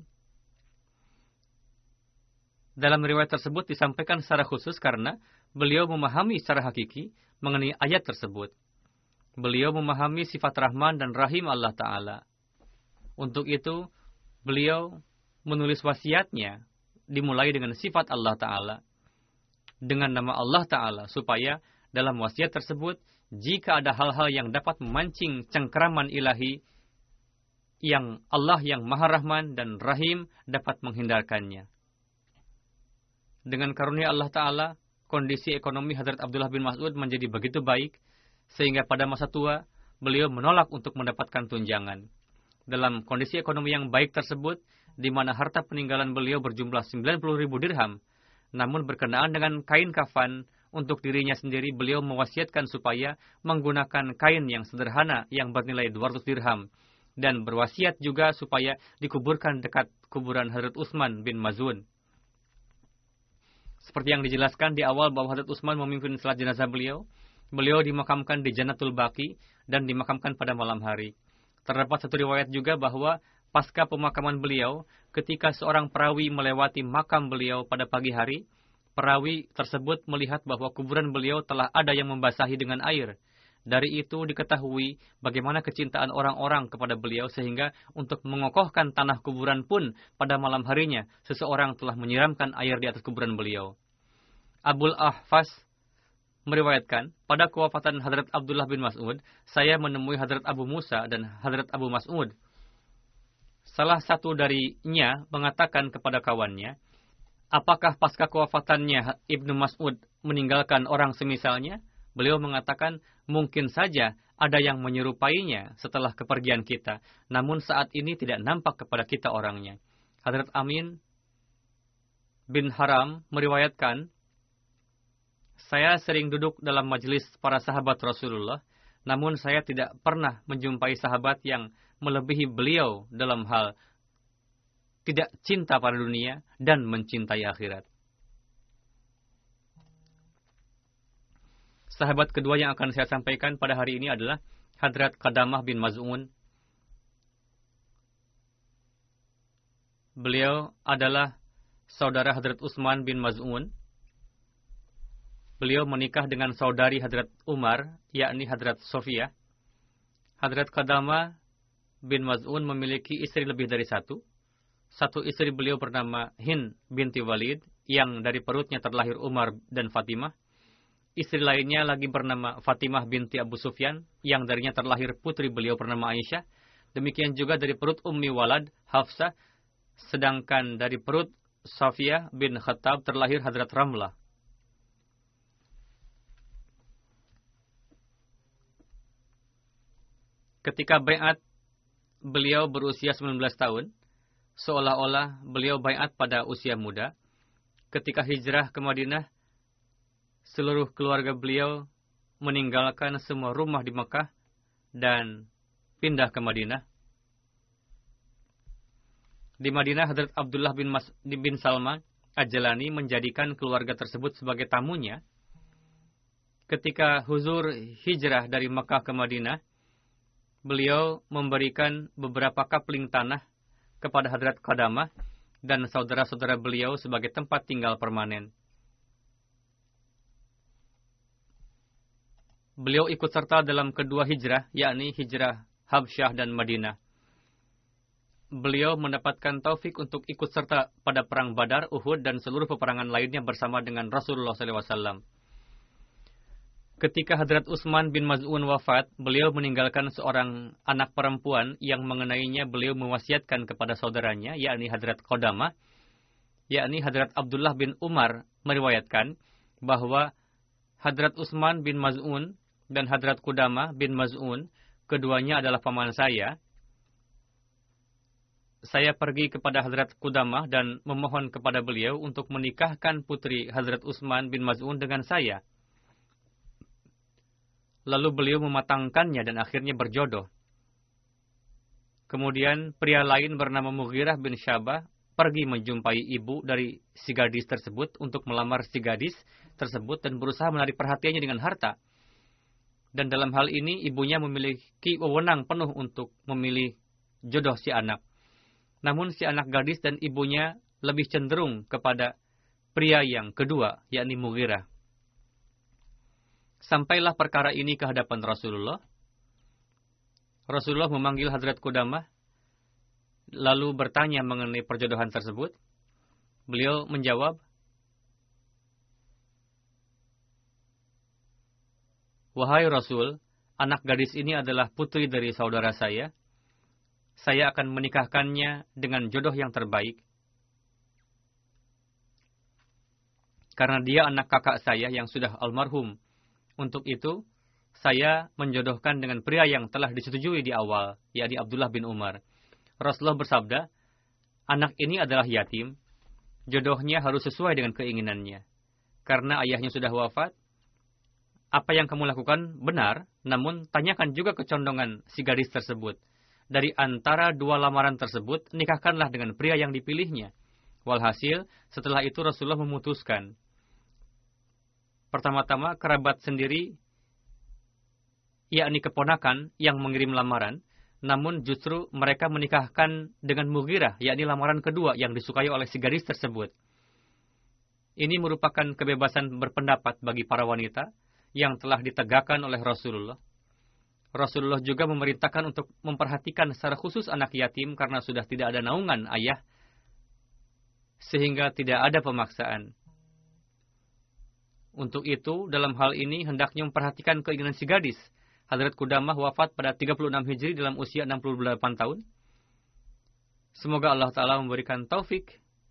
[SPEAKER 2] Dalam riwayat tersebut disampaikan secara khusus karena beliau memahami secara hakiki mengenai ayat tersebut. Beliau memahami sifat Rahman dan Rahim Allah Ta'ala. Untuk itu, beliau menulis wasiatnya dimulai dengan sifat Allah Ta'ala, dengan nama Allah Ta'ala, supaya dalam wasiat tersebut, jika ada hal-hal yang dapat memancing cengkeraman ilahi, yang Allah yang Maha Rahman dan Rahim dapat menghindarkannya. Dengan karunia Allah Ta'ala, kondisi ekonomi Hadrat Abdullah bin Mas'ud menjadi begitu baik, sehingga pada masa tua, beliau menolak untuk mendapatkan tunjangan. Dalam kondisi ekonomi yang baik tersebut, di mana harta peninggalan beliau berjumlah 90.000 dirham, namun berkenaan dengan kain kafan, untuk dirinya sendiri beliau mewasiatkan supaya menggunakan kain yang sederhana yang bernilai 200 dirham. dan berwasiat juga supaya dikuburkan dekat kuburan Hadrat Utsman bin Maz'un. Seperti yang dijelaskan di awal bahwa Hadrat Utsman memimpin salat jenazah beliau. Beliau dimakamkan di Jannatul Baqi dan dimakamkan pada malam hari. Terdapat satu riwayat juga bahwa pasca pemakaman beliau, ketika seorang perawi melewati makam beliau pada pagi hari, perawi tersebut melihat bahwa kuburan beliau telah ada yang membasahi dengan air. Dari itu diketahui bagaimana kecintaan orang-orang kepada beliau sehingga untuk mengokohkan tanah kuburan pun pada malam harinya, seseorang telah menyiramkan air di atas kuburan beliau. Abul Ahfas meriwayatkan, pada kewafatan Hadrat Abdullah bin Mas'ud, saya menemui Hadrat Abu Musa dan Hadrat Abu Mas'ud. Salah satu darinya mengatakan kepada kawannya, apakah pasca kewafatannya Ibnu Mas'ud meninggalkan orang semisalnya? Beliau mengatakan, mungkin saja ada yang menyerupainya setelah kepergian kita, namun saat ini tidak nampak kepada kita orangnya. Hadrat Amin bin Haram meriwayatkan, saya sering duduk dalam majelis para sahabat Rasulullah, namun saya tidak pernah menjumpai sahabat yang melebihi beliau dalam hal tidak cinta pada dunia dan mencintai akhirat. Sahabat kedua yang akan saya sampaikan pada hari ini adalah Hadrat Qadamah bin Maz'un. Beliau adalah saudara Hadrat Utsman bin Maz'un. Beliau menikah dengan saudari Hadrat Umar, yakni Hadrat Sofia. Hadrat Qadamah bin Maz'un memiliki istri lebih dari satu. Satu istri beliau bernama Hind binti Walid, yang dari perutnya terlahir Umar dan Fatimah. Istri lainnya lagi bernama Fatimah binti Abu Sufyan, yang darinya terlahir putri beliau bernama Aisyah. Demikian juga dari perut Ummi Walad, Hafsah, sedangkan dari perut Safiyah bin Khattab terlahir Hadrat Ramlah. Ketika bai'at, beliau berusia 19 tahun, seolah-olah beliau bai'at pada usia muda. Ketika hijrah ke Madinah, seluruh keluarga beliau meninggalkan semua rumah di Mekah dan pindah ke Madinah. Di Madinah, Hadrat Abdullah bin Salman Al-Jalani menjadikan keluarga tersebut sebagai tamunya. Ketika huzur hijrah dari Mekah ke Madinah, beliau memberikan beberapa kapling tanah kepada Hadrat Qadamah dan saudara-saudara beliau sebagai tempat tinggal permanen. Beliau ikut serta dalam kedua hijrah, yakni hijrah Habsyah dan Madinah. Beliau mendapatkan taufik untuk ikut serta pada perang Badar, Uhud, dan seluruh peperangan lainnya bersama dengan Rasulullah SAW. Ketika Hadrat Utsman bin Maz'un wafat, beliau meninggalkan seorang anak perempuan yang mengenainya beliau mewasiatkan kepada saudaranya, yakni Hadrat Qadamah, yakni Hadrat Abdullah bin Umar meriwayatkan bahwa Hadrat Utsman bin Maz'un dan Hadrat Qadamah bin Maz'un, keduanya adalah paman saya. Saya pergi kepada Hadrat Qadamah dan memohon kepada beliau untuk menikahkan putri Hadrat Utsman bin Maz'un dengan saya. Lalu beliau mematangkannya dan akhirnya berjodoh. Kemudian pria lain bernama Mughirah bin Syabah pergi menjumpai ibu dari si gadis tersebut untuk melamar si gadis tersebut dan berusaha menarik perhatiannya dengan harta. Dan dalam hal ini ibunya memiliki wewenang penuh untuk memilih jodoh si anak. Namun si anak gadis dan ibunya lebih cenderung kepada pria yang kedua, yakni Mughirah. Sampailah perkara ini ke hadapan Rasulullah. Rasulullah memanggil Hadrat Qadamah, lalu bertanya mengenai perjodohan tersebut. Beliau menjawab, "Wahai Rasul, anak gadis ini adalah putri dari saudara saya. Saya akan menikahkannya dengan jodoh yang terbaik. Karena dia anak kakak saya yang sudah almarhum. Untuk itu, saya menjodohkan dengan pria yang telah disetujui di awal, yakni Abdullah bin Umar." Rasulullah bersabda, "Anak ini adalah yatim. Jodohnya harus sesuai dengan keinginannya. Karena ayahnya sudah wafat, apa yang kamu lakukan benar, namun tanyakan juga kecondongan si gadis tersebut. dari antara dua lamaran tersebut, nikahkanlah dengan pria yang dipilihnya. Walhasil, setelah itu Rasulullah memutuskan. Pertama-tama, kerabat sendiri, yakni keponakan yang mengirim lamaran, namun justru mereka menikahkan dengan Mughirah, yakni lamaran kedua yang disukai oleh si gadis tersebut. Ini merupakan kebebasan berpendapat bagi para wanita yang telah ditegakkan oleh Rasulullah. Rasulullah juga memerintahkan untuk memperhatikan secara khusus anak yatim karena sudah tidak ada naungan ayah, sehingga tidak ada pemaksaan. Untuk itu, dalam hal ini hendaknya memperhatikan keinginan si gadis. Hadrat Qudamah wafat pada 36 Hijri dalam usia 68 tahun. Semoga Allah Ta'ala memberikan taufik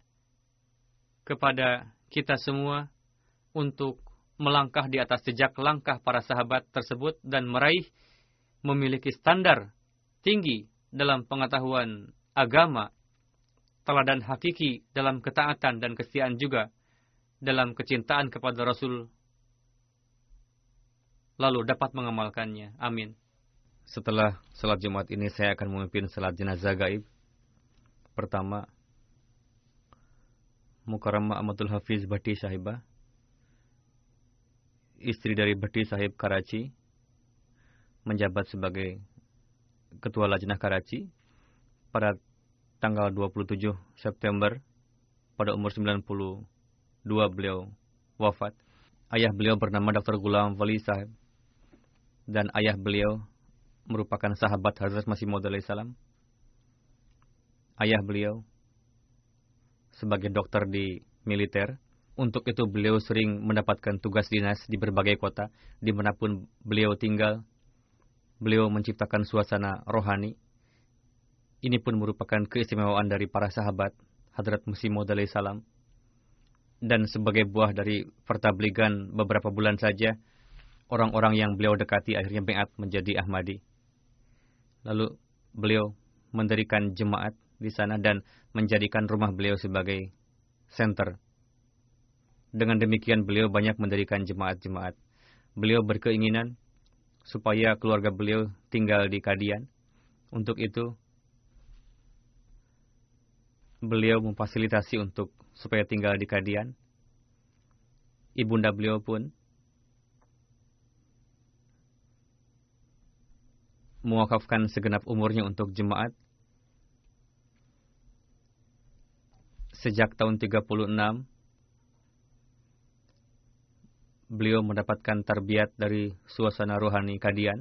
[SPEAKER 2] kepada kita semua untuk melangkah di atas jejak langkah para sahabat tersebut dan meraih memiliki standar tinggi dalam pengetahuan agama, teladan hakiki dalam ketaatan dan kesetiaan juga dalam kecintaan kepada Rasul, lalu dapat mengamalkannya. Amin. Setelah salat Jumat ini saya akan memimpin salat jenazah gaib. Pertama, Mukarramah Ahmadul Hafiz Bhatti Sahibah, istri dari Bhatti Sahib Karachi, menjabat sebagai Ketua Lajnah Karachi pada tanggal 27 September pada umur 92 beliau wafat. Ayah beliau bernama Dr. Ghulam Wali Sahib dan ayah beliau merupakan sahabat Hazrat Masih Maud alaihi salam. Ayah beliau sebagai dokter di militer. Untuk itu beliau sering mendapatkan tugas dinas di berbagai kota dimanapun beliau tinggal. Beliau menciptakan suasana rohani. Ini pun merupakan keistimewaan dari para sahabat Hadrat Masih Maud alaihi salam. Dan sebagai buah dari pertabligan beberapa bulan saja, orang-orang yang beliau dekati akhirnya baiat menjadi Ahmadi. Lalu beliau mendirikan jemaat di sana dan menjadikan rumah beliau sebagai center. Dengan demikian beliau banyak mendirikan jemaat-jemaat. Beliau berkeinginan supaya keluarga beliau tinggal di Kadian. Untuk itu, beliau memfasilitasi untuk supaya tinggal di Kadian. Ibunda beliau pun mewakafkan segenap umurnya untuk jemaat. Sejak tahun 36, beliau mendapatkan tarbiyat dari suasana rohani Kadian.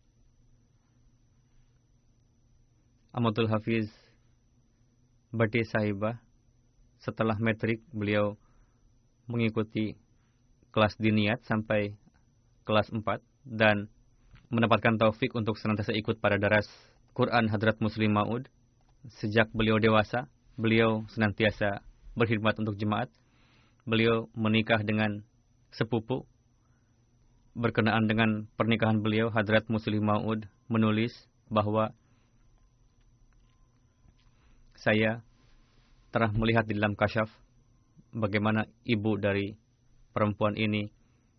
[SPEAKER 2] Ahmadul Hafiz Bhatti Sahibah, setelah metrik beliau mengikuti kelas diniyat sampai kelas 4 dan mendapatkan taufik untuk senantiasa ikut pada daras Quran Hadrat Muslim Maud. Sejak beliau dewasa, beliau senantiasa berkhidmat untuk jemaat. Beliau menikah dengan sepupu. Berkenaan dengan pernikahan beliau, Hadrat Muslim Maud menulis bahwa saya telah melihat di dalam kasyaf bagaimana ibu dari perempuan ini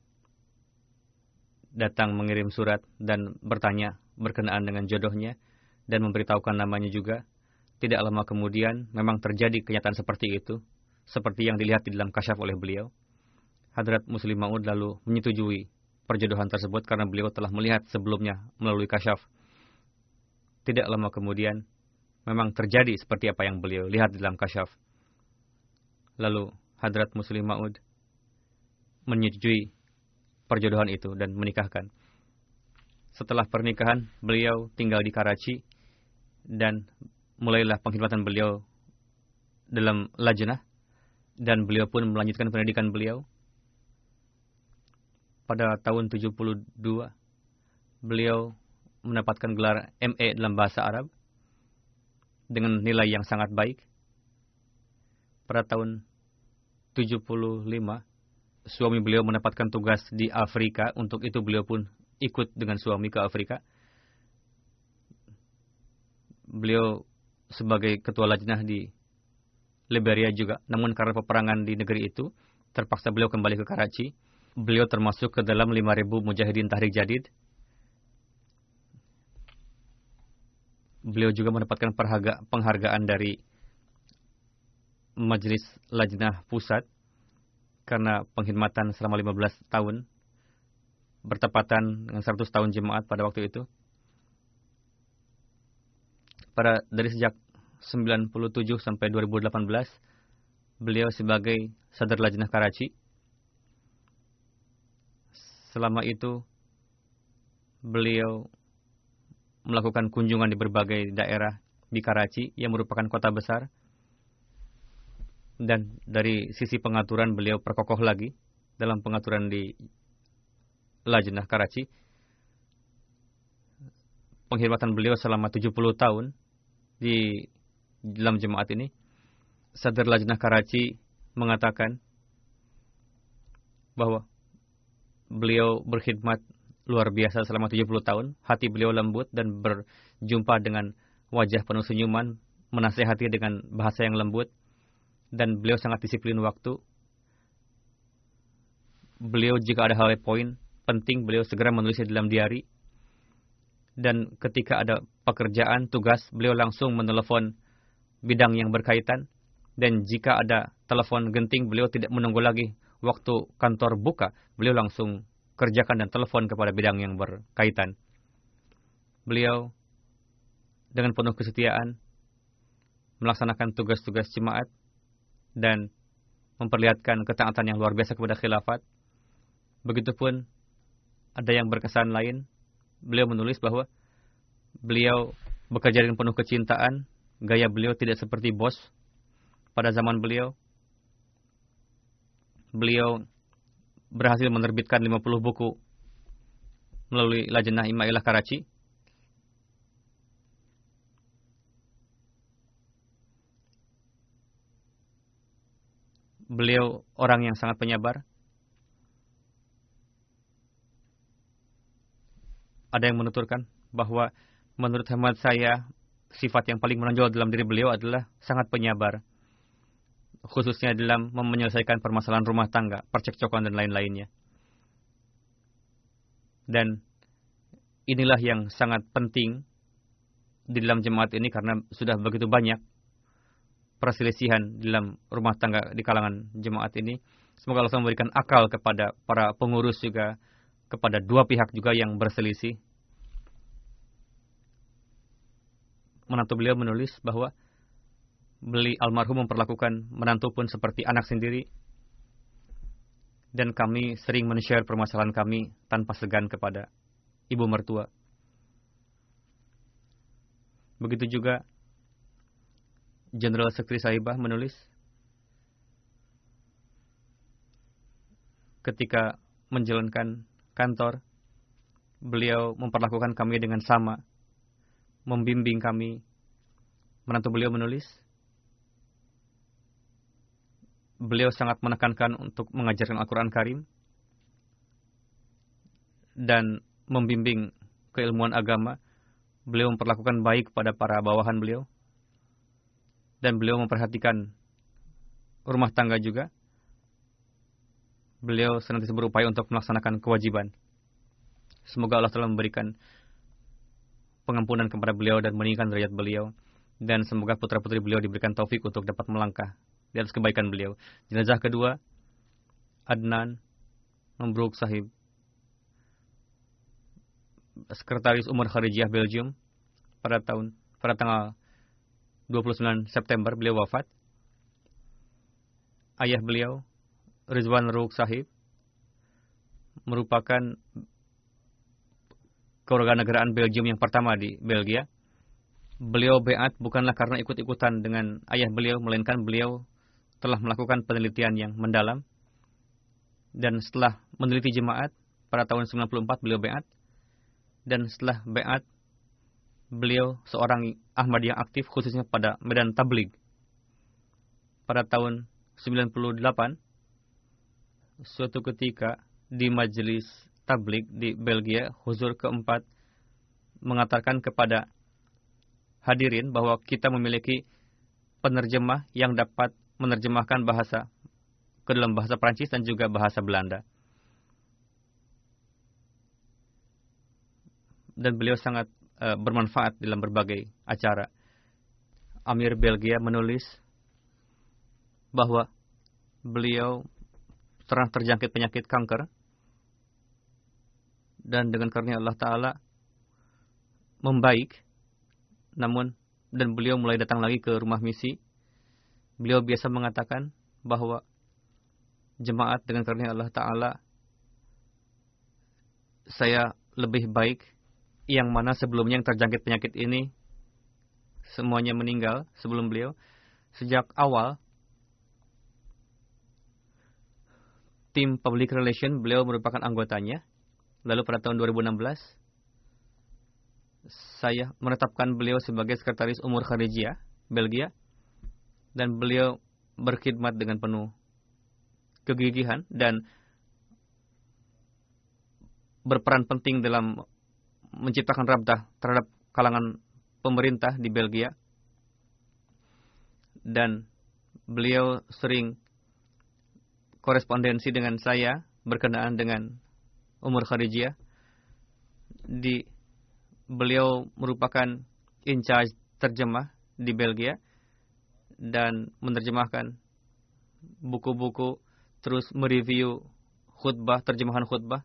[SPEAKER 2] datang mengirim surat dan bertanya berkenaan dengan jodohnya dan memberitahukan namanya juga. Tidak lama kemudian memang terjadi kenyataan seperti itu, seperti yang dilihat di dalam kasyaf oleh beliau. Hadrat Muslim Maud lalu menyetujui perjodohan tersebut karena beliau telah melihat sebelumnya melalui kasyaf. Tidak lama kemudian memang terjadi seperti apa yang beliau lihat di dalam kasyaf. Lalu Hadrat Muslim Maud menyetujui perjodohan itu dan menikahkan. Setelah pernikahan, beliau tinggal di Karachi dan mulailah pengkhidmatan beliau dalam lajnah dan beliau pun melanjutkan pendidikan beliau. Pada tahun 72, beliau mendapatkan gelar MA dalam bahasa Arab dengan nilai yang sangat baik. Pada tahun 75, suami beliau mendapatkan tugas di Afrika. Untuk itu beliau pun ikut dengan suami ke Afrika. Beliau sebagai ketua lajnah di Liberia juga. Namun karena peperangan di negeri itu, terpaksa beliau kembali ke Karachi. Beliau termasuk ke dalam 5.000 mujahidin Tahrik Jadid. beliau juga mendapatkan penghargaan dari Majelis Lajnah Pusat karena pengkhidmatan selama 15 tahun bertepatan dengan 100 tahun jemaat pada waktu itu. Dari sejak 97 sampai 2018 beliau sebagai Sadr Lajnah Karachi. Selama itu beliau melakukan kunjungan di berbagai daerah di Karachi yang merupakan kota besar. Dan dari sisi pengaturan beliau perkokoh lagi dalam pengaturan di Lajnah Karachi. Pengkhidmatan beliau selama 70 tahun di dalam jemaat ini. Sadr Lajnah Karachi mengatakan bahwa beliau berkhidmat luar biasa selama 70 tahun. Hati beliau lembut dan berjumpa dengan wajah penuh senyuman, menasehati dengan bahasa yang lembut. Dan beliau sangat disiplin waktu. Beliau jika ada hal poin penting, beliau segera menulisnya dalam diari. Dan ketika ada pekerjaan, tugas, beliau langsung menelepon bidang yang berkaitan. Dan jika ada telepon genting, beliau tidak menunggu lagi waktu kantor buka. Beliau langsung kerjakan dan telepon kepada bidang yang berkaitan. Beliau dengan penuh kesetiaan melaksanakan tugas-tugas jemaat dan memperlihatkan ketaatan yang luar biasa kepada khilafat. Begitupun ada yang berkesan lain. Beliau menulis bahwa beliau bekerja dengan penuh kecintaan. Gaya beliau tidak seperti bos pada zaman beliau. Beliau berhasil menerbitkan 50 buku melalui Lajnah Imailah Karachi. Beliau orang yang sangat penyabar. Ada yang menuturkan bahwa menurut hemat saya, sifat yang paling menonjol dalam diri beliau adalah sangat penyabar. Khususnya dalam menyelesaikan permasalahan rumah tangga, percekcokan dan lain-lainnya. Dan inilah yang sangat penting di dalam jemaat ini karena sudah begitu banyak perselisihan dalam rumah tangga di kalangan jemaat ini. Semoga Allah memberikan akal kepada para pengurus juga, kepada dua pihak juga yang berselisih. Menantu beliau menulis bahwa almarhum memperlakukan menantu pun seperti anak sendiri. Dan kami sering men-share permasalahan kami tanpa segan kepada ibu mertua. Begitu juga Jenderal Sekretari Sahibah menulis, ketika menjalankan kantor, beliau memperlakukan kami dengan sama, membimbing kami. Menantu beliau menulis, beliau sangat menekankan untuk mengajarkan Al-Quran Karim dan membimbing keilmuan agama. Beliau memperlakukan baik pada para bawahan beliau. Dan beliau memperhatikan rumah tangga juga. Beliau senantiasa berupaya untuk melaksanakan kewajiban. Semoga Allah telah memberikan pengampunan kepada beliau dan meninggikan derajat beliau. Dan semoga putra-putri beliau diberikan taufik untuk dapat melangkah di atas kebaikan beliau. Jenazah kedua, Adnan Membruk Sahib, Sekretaris Umar Kharijiyah Belgium, pada tanggal 29 September beliau wafat. Ayah beliau, Rizwan Rouk Sahib, merupakan kewarganegaraan Belgium yang pertama di Belgia. Beliau beat bukanlah karena ikut-ikutan dengan ayah beliau, melainkan beliau telah melakukan penelitian yang mendalam. Dan setelah meneliti jemaat, pada tahun 94 beliau beat. Dan setelah beat, beliau seorang Ahmadiyah aktif khususnya pada medan tabligh. Pada tahun 98, suatu ketika di majelis tabligh di Belgia, huzur keempat mengatakan kepada hadirin bahwa kita memiliki penerjemah yang dapat menerjemahkan bahasa ke dalam bahasa Prancis dan juga bahasa Belanda. Dan beliau sangat bermanfaat dalam berbagai acara. Amir Belgia menulis bahwa beliau pernah terjangkit penyakit kanker dan dengan karunia Allah Ta'ala membaik, dan beliau mulai datang lagi ke rumah misi. Beliau biasa mengatakan bahwa jemaat dengan karunia Allah Ta'ala saya lebih baik, yang mana sebelumnya yang terjangkit penyakit ini semuanya meninggal sebelum beliau. Sejak awal tim Public Relation beliau merupakan anggotanya. Lalu pada tahun 2016 saya menetapkan beliau sebagai sekretaris umur Kharijiyah Belgia, dan beliau berkhidmat dengan penuh kegigihan dan berperan penting dalam menciptakan rabdah terhadap kalangan pemerintah di Belgia. Dan beliau sering korespondensi dengan saya berkenaan dengan umur Kharijiyah. Beliau merupakan in charge terjemah di Belgia dan menerjemahkan buku-buku, terus mereview khutbah, terjemahan khutbah.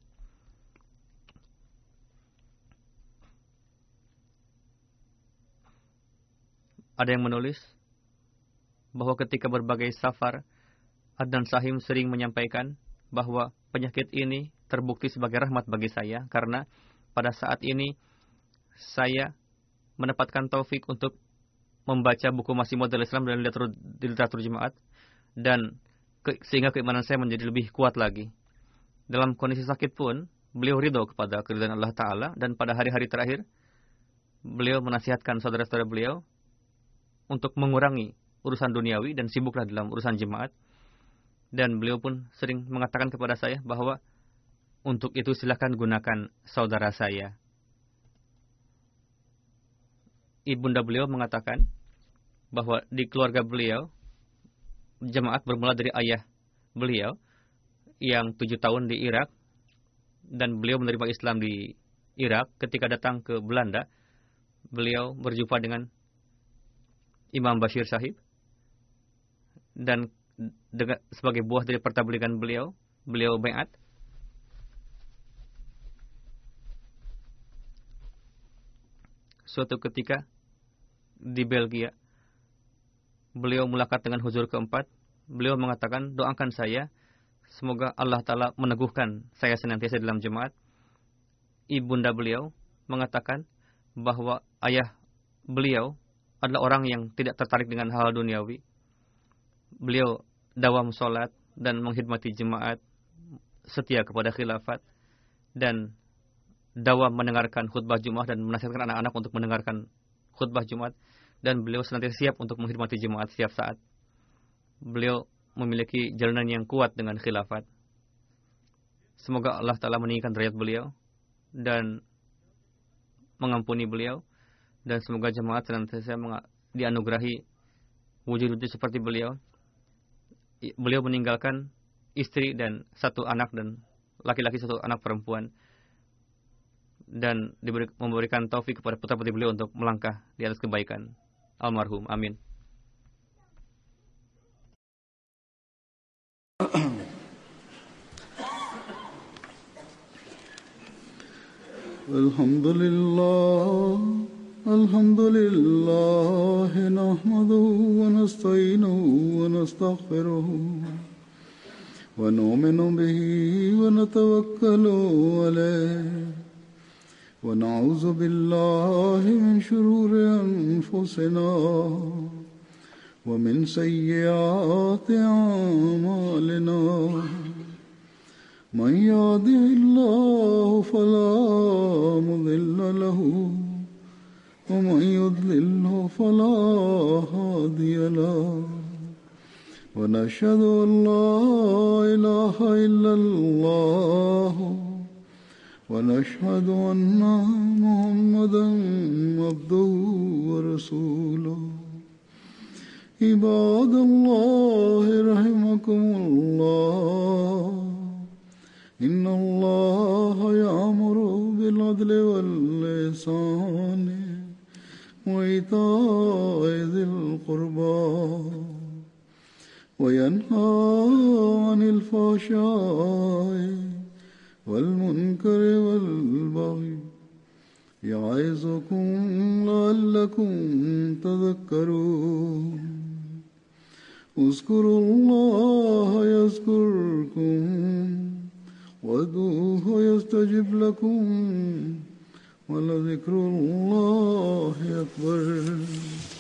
[SPEAKER 2] Ada yang menulis bahwa ketika berbagai safar, Adnan Sahim sering menyampaikan bahwa penyakit ini terbukti sebagai rahmat bagi saya, karena pada saat ini saya mendapatkan taufik untuk membaca buku Masih Model Islam dan literatur jemaat, dan sehingga keimanan saya menjadi lebih kuat lagi. Dalam kondisi sakit pun, beliau ridho kepada keridhaan Allah Ta'ala, dan pada hari-hari terakhir, beliau menasihatkan saudara-saudara beliau untuk mengurangi urusan duniawi dan sibuklah dalam urusan jemaat. Dan beliau pun sering mengatakan kepada saya bahwa untuk itu silakan gunakan saudara saya. Ibunda beliau mengatakan bahwa di keluarga beliau, jemaat bermula dari ayah beliau yang 7 tahun di Irak, dan beliau menerima Islam di Irak. Ketika datang ke Belanda, beliau berjumpa dengan Imam Bashir Sahib, dan sebagai buah dari pertabligan beliau bai'at. Suatu ketika di Belgia, beliau mulakat dengan huzur keempat. Beliau mengatakan, doakan saya, semoga Allah Ta'ala meneguhkan saya senantiasa dalam jemaat. Ibunda beliau mengatakan bahwa ayah beliau adalah orang yang tidak tertarik dengan hal duniawi. Beliau dawam sholat dan menghidmati jemaat, setia kepada khilafat, dan dawam mendengarkan khutbah Jumat dan menasihatkan anak-anak untuk mendengarkan khutbah Jumat, dan beliau senantiasa siap untuk menghormati jemaat setiap saat. Beliau memiliki jalanan yang kuat dengan khilafat. Semoga Allah Ta'ala meninggikan derajat beliau dan mengampuni beliau, dan semoga jemaat senantiasa dianugerahi wujud-wujud seperti beliau. Beliau meninggalkan istri dan 1 anak, dan laki-laki 1 anak perempuan, dan memberikan taufik kepada putra-putri beliau untuk melangkah di atas kebaikan. Almarhum. Amin.
[SPEAKER 1] Alhamdulillah nahmaduhu wa nasta'inuhu wa nastaghfiruhu wa nu'minu bihi wa natawakkalu alayhi wa na'udzu billahi min shururi anfusina wa min sayyiati a'malina. Man yahdihillahu fala mudilla lahu wa man yudlilhu fala hadiya lahu. Wa nashhadu an la ilaha illallah wa nashhadu anna Muhammadan abduhu wa rasuluhu. Ibadallahi rahimakumullah. Inna Allah ya'muru bil adli wal ihsan وإيتاء ذي القربى وينهى عن الفحشاء والمنكر والبغي يعظكم لعلكم تذكرون اذكروا الله يذكركم وادعوه يستجب لكم ولذكر الله أكبر